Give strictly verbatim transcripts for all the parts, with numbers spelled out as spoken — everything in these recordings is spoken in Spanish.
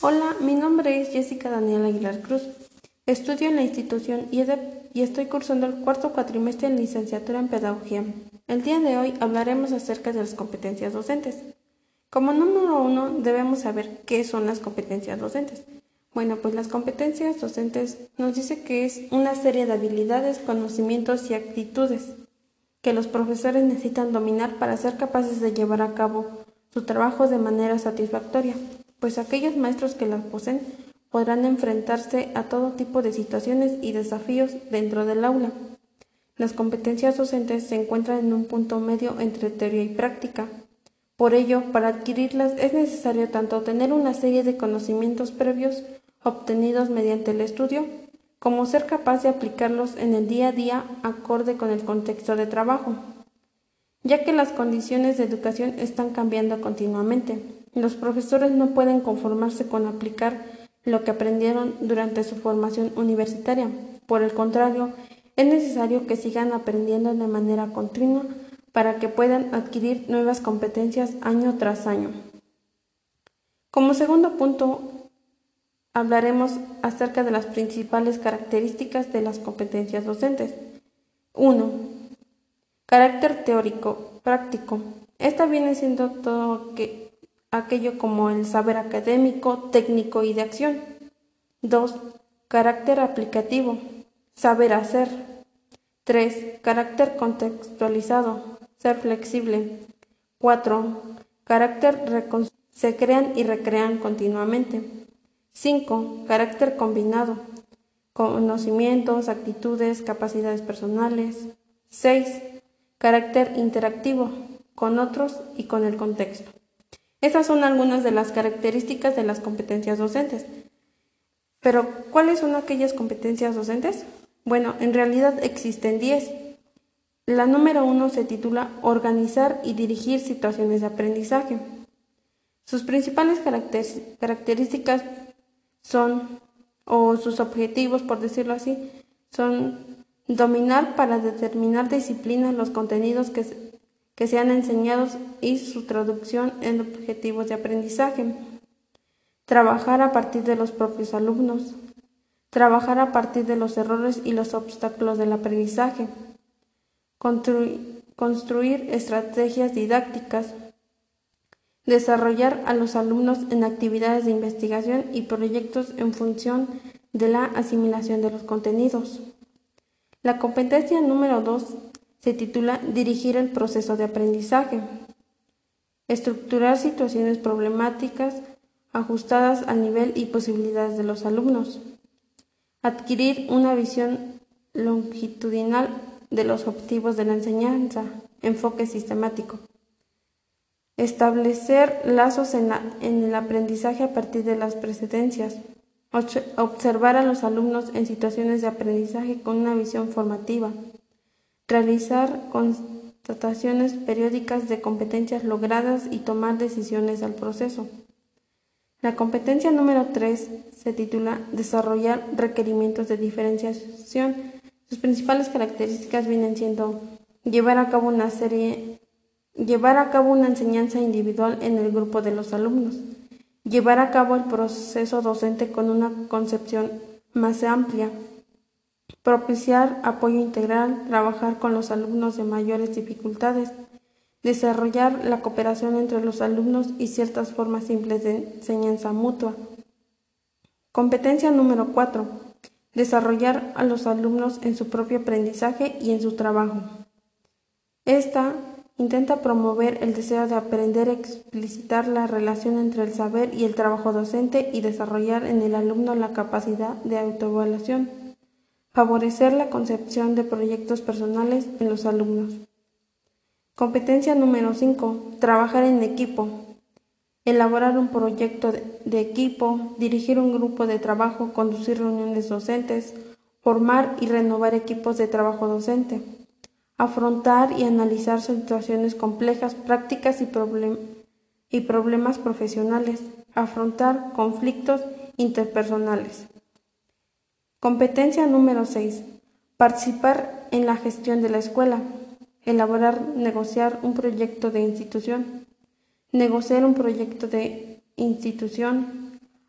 Hola, mi nombre es Jessica Daniela Aguilar Cruz. Estudio en la institución I E D E P y estoy cursando el cuarto cuatrimestre en licenciatura en Pedagogía. El día de hoy hablaremos acerca de las competencias docentes. Como número uno, debemos saber qué son las competencias docentes. Bueno, pues las competencias docentes nos dice que es una serie de habilidades, conocimientos y actitudes que los profesores necesitan dominar para ser capaces de llevar a cabo su trabajo de manera satisfactoria, pues aquellos maestros que las poseen podrán enfrentarse a todo tipo de situaciones y desafíos dentro del aula. Las competencias docentes se encuentran en un punto medio entre teoría y práctica. Por ello, para adquirirlas es necesario tanto tener una serie de conocimientos previos obtenidos mediante el estudio, como ser capaz de aplicarlos en el día a día acorde con el contexto de trabajo, ya que las condiciones de educación están cambiando continuamente. Los profesores no pueden conformarse con aplicar lo que aprendieron durante su formación universitaria. Por el contrario, es necesario que sigan aprendiendo de manera continua para que puedan adquirir nuevas competencias año tras año. Como segundo punto, hablaremos acerca de las principales características de las competencias docentes. uno. Carácter teórico, práctico. Esta viene siendo todo que, aquello como el saber académico, técnico y de acción. dos. Carácter aplicativo, saber hacer. tres. Carácter contextualizado, ser flexible. cuatro. Carácter recon- se crean y recrean continuamente. cinco. Carácter combinado, conocimientos, actitudes, capacidades personales. seis. Carácter interactivo, con otros y con el contexto. Estas son algunas de las características de las competencias docentes. Pero, ¿cuáles son aquellas competencias docentes? Bueno, en realidad existen diez. La número uno se titula Organizar y dirigir situaciones de aprendizaje. Sus principales caracter- características son, o sus objetivos, por decirlo así, son dominar para determinar disciplinas los contenidos que, que sean enseñados y su traducción en objetivos de aprendizaje. Trabajar a partir de los propios alumnos. Trabajar a partir de los errores y los obstáculos del aprendizaje. Construir, construir estrategias didácticas. Desarrollar a los alumnos en actividades de investigación y proyectos en función de la asimilación de los contenidos. La competencia número dos se titula Dirigir el proceso de aprendizaje. Estructurar situaciones problemáticas ajustadas al nivel y posibilidades de los alumnos. Adquirir una visión longitudinal de los objetivos de la enseñanza, enfoque sistemático. Establecer lazos en, la, en el aprendizaje a partir de las precedencias. Observar a los alumnos en situaciones de aprendizaje con una visión formativa. Realizar constataciones periódicas de competencias logradas y tomar decisiones al proceso. La competencia número tres se titula Desarrollar requerimientos de diferenciación. Sus principales características vienen siendo llevar a cabo una serie Llevar a cabo una enseñanza individual en el grupo de los alumnos. Llevar a cabo el proceso docente con una concepción más amplia. Propiciar apoyo integral, trabajar con los alumnos de mayores dificultades. Desarrollar la cooperación entre los alumnos y ciertas formas simples de enseñanza mutua. Competencia número cuatro. Desarrollar a los alumnos en su propio aprendizaje y en su trabajo. Esta intenta promover el deseo de aprender, explicitar la relación entre el saber y el trabajo docente y desarrollar en el alumno la capacidad de autoevaluación. Favorecer la concepción de proyectos personales en los alumnos. Competencia número cinco. Trabajar en equipo. Elaborar un proyecto de equipo, dirigir un grupo de trabajo, conducir reuniones docentes, formar y renovar equipos de trabajo docente. Afrontar y analizar situaciones complejas, prácticas y, problem- y problemas profesionales. Afrontar conflictos interpersonales. Competencia número seis. Participar en la gestión de la escuela. Elaborar, negociar un proyecto de institución. Negociar un proyecto de institución.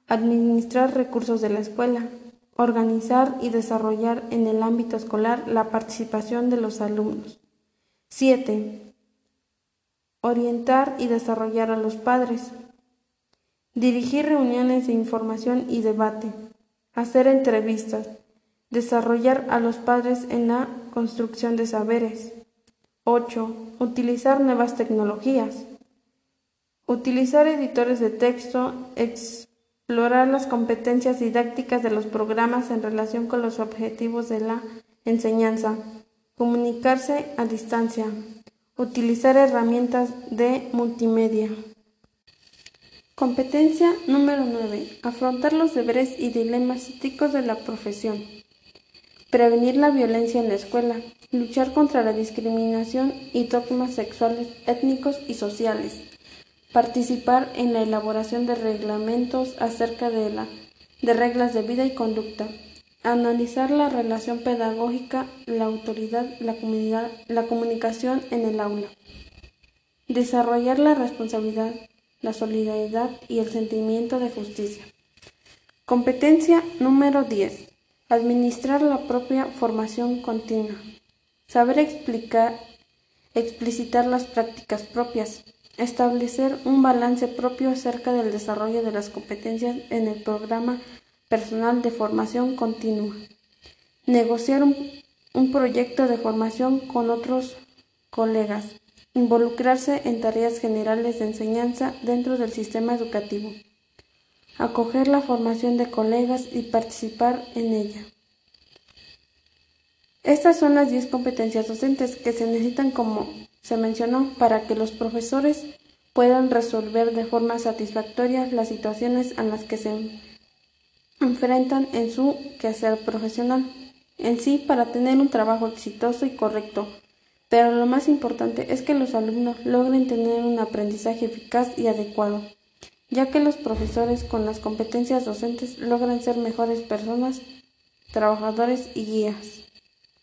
administrar recursos de la escuela, organizar y desarrollar en el ámbito escolar la participación de los alumnos. siete. Orientar y desarrollar a los padres. Dirigir reuniones de información y debate. Hacer entrevistas. Desarrollar a los padres en la construcción de saberes. ocho. Utilizar nuevas tecnologías. Utilizar editores de texto. Explorar las competencias didácticas de los programas en relación con los objetivos de la enseñanza. Comunicarse a distancia. Utilizar herramientas de multimedia. Competencia número nueve. Afrontar los deberes y dilemas éticos de la profesión. Prevenir la violencia en la escuela. Luchar contra la discriminación y dogmas sexuales, étnicos y sociales. Participar en la elaboración de reglamentos acerca de, la, de reglas de vida y conducta. Analizar la relación pedagógica, la autoridad, la comunidad, la comunicación en el aula. Desarrollar la responsabilidad, la solidaridad y el sentimiento de justicia. Competencia número diez. Administrar la propia formación continua. Saber explicar, explicitar las prácticas propias. Establecer un balance propio acerca del desarrollo de las competencias en el programa personal de formación continua. Negociar un, un proyecto de formación con otros colegas. Involucrarse en tareas generales de enseñanza dentro del sistema educativo. Acoger la formación de colegas y participar en ella. Estas son las diez competencias docentes que se necesitan, como se mencionó, para que los profesores puedan resolver de forma satisfactoria las situaciones a las que se enfrentan en su quehacer profesional, en sí para tener un trabajo exitoso y correcto, pero lo más importante es que los alumnos logren tener un aprendizaje eficaz y adecuado, ya que los profesores con las competencias docentes logran ser mejores personas, trabajadores y guías.